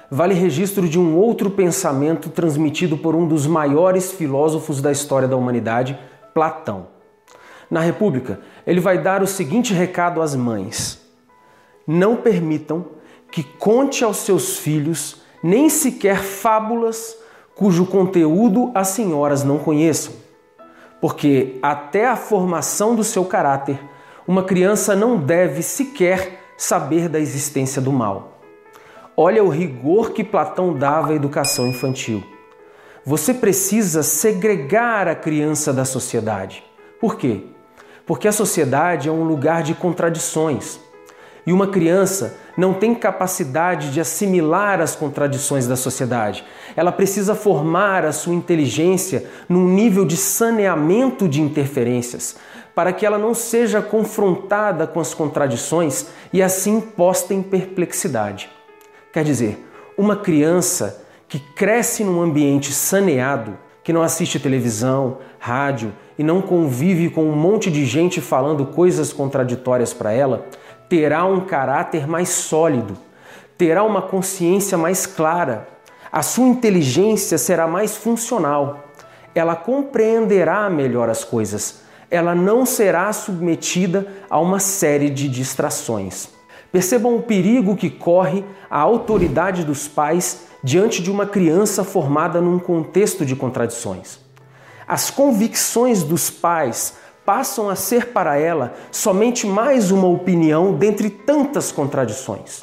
vale registro de um outro pensamento transmitido por um dos maiores filósofos da história da humanidade, Platão. Na República, ele vai dar o seguinte recado às mães: não permitam que conte aos seus filhos nem sequer fábulas cujo conteúdo as senhoras não conheçam, porque até a formação do seu caráter, uma criança não deve sequer saber da existência do mal. Olha o rigor que Platão dava à educação infantil. Você precisa segregar a criança da sociedade. Por quê? Porque a sociedade é um lugar de contradições. E uma criança não tem capacidade de assimilar as contradições da sociedade. Ela precisa formar a sua inteligência num nível de saneamento de interferências, para que ela não seja confrontada com as contradições e assim posta em perplexidade. Quer dizer, uma criança que cresce num ambiente saneado, que não assiste televisão, rádio e não convive com um monte de gente falando coisas contraditórias para ela, terá um caráter mais sólido, terá uma consciência mais clara, a sua inteligência será mais funcional, ela compreenderá melhor as coisas, ela não será submetida a uma série de distrações. Percebam o perigo que corre a autoridade dos pais diante de uma criança formada num contexto de contradições. As convicções dos pais passam a ser para ela somente mais uma opinião dentre tantas contradições.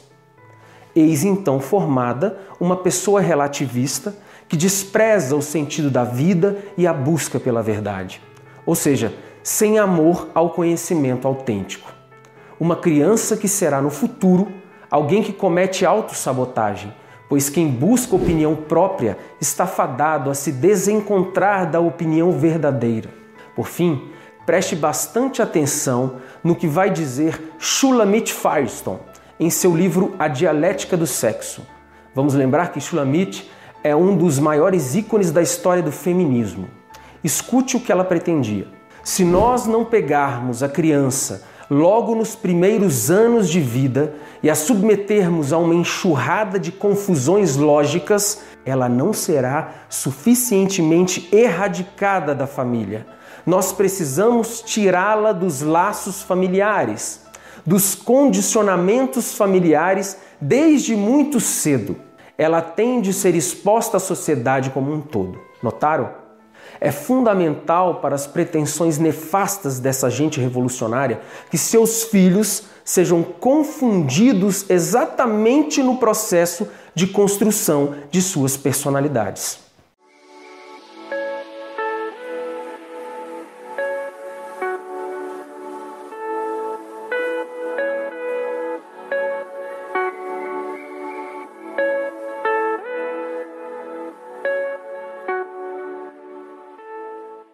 Eis então formada uma pessoa relativista que despreza o sentido da vida e a busca pela verdade, ou seja, sem amor ao conhecimento autêntico. Uma criança que será no futuro alguém que comete autossabotagem, pois quem busca opinião própria está fadado a se desencontrar da opinião verdadeira. Por fim, preste bastante atenção no que vai dizer Shulamit Firestone em seu livro A Dialética do Sexo. Vamos lembrar que Shulamit é um dos maiores ícones da história do feminismo. Escute o que ela pretendia. Se nós não pegarmos a criança logo nos primeiros anos de vida e a submetermos a uma enxurrada de confusões lógicas, ela não será suficientemente erradicada da família. Nós precisamos tirá-la dos laços familiares, dos condicionamentos familiares desde muito cedo. Ela tem de ser exposta à sociedade como um todo. Notaram? É fundamental para as pretensões nefastas dessa gente revolucionária que seus filhos sejam confundidos exatamente no processo de construção de suas personalidades.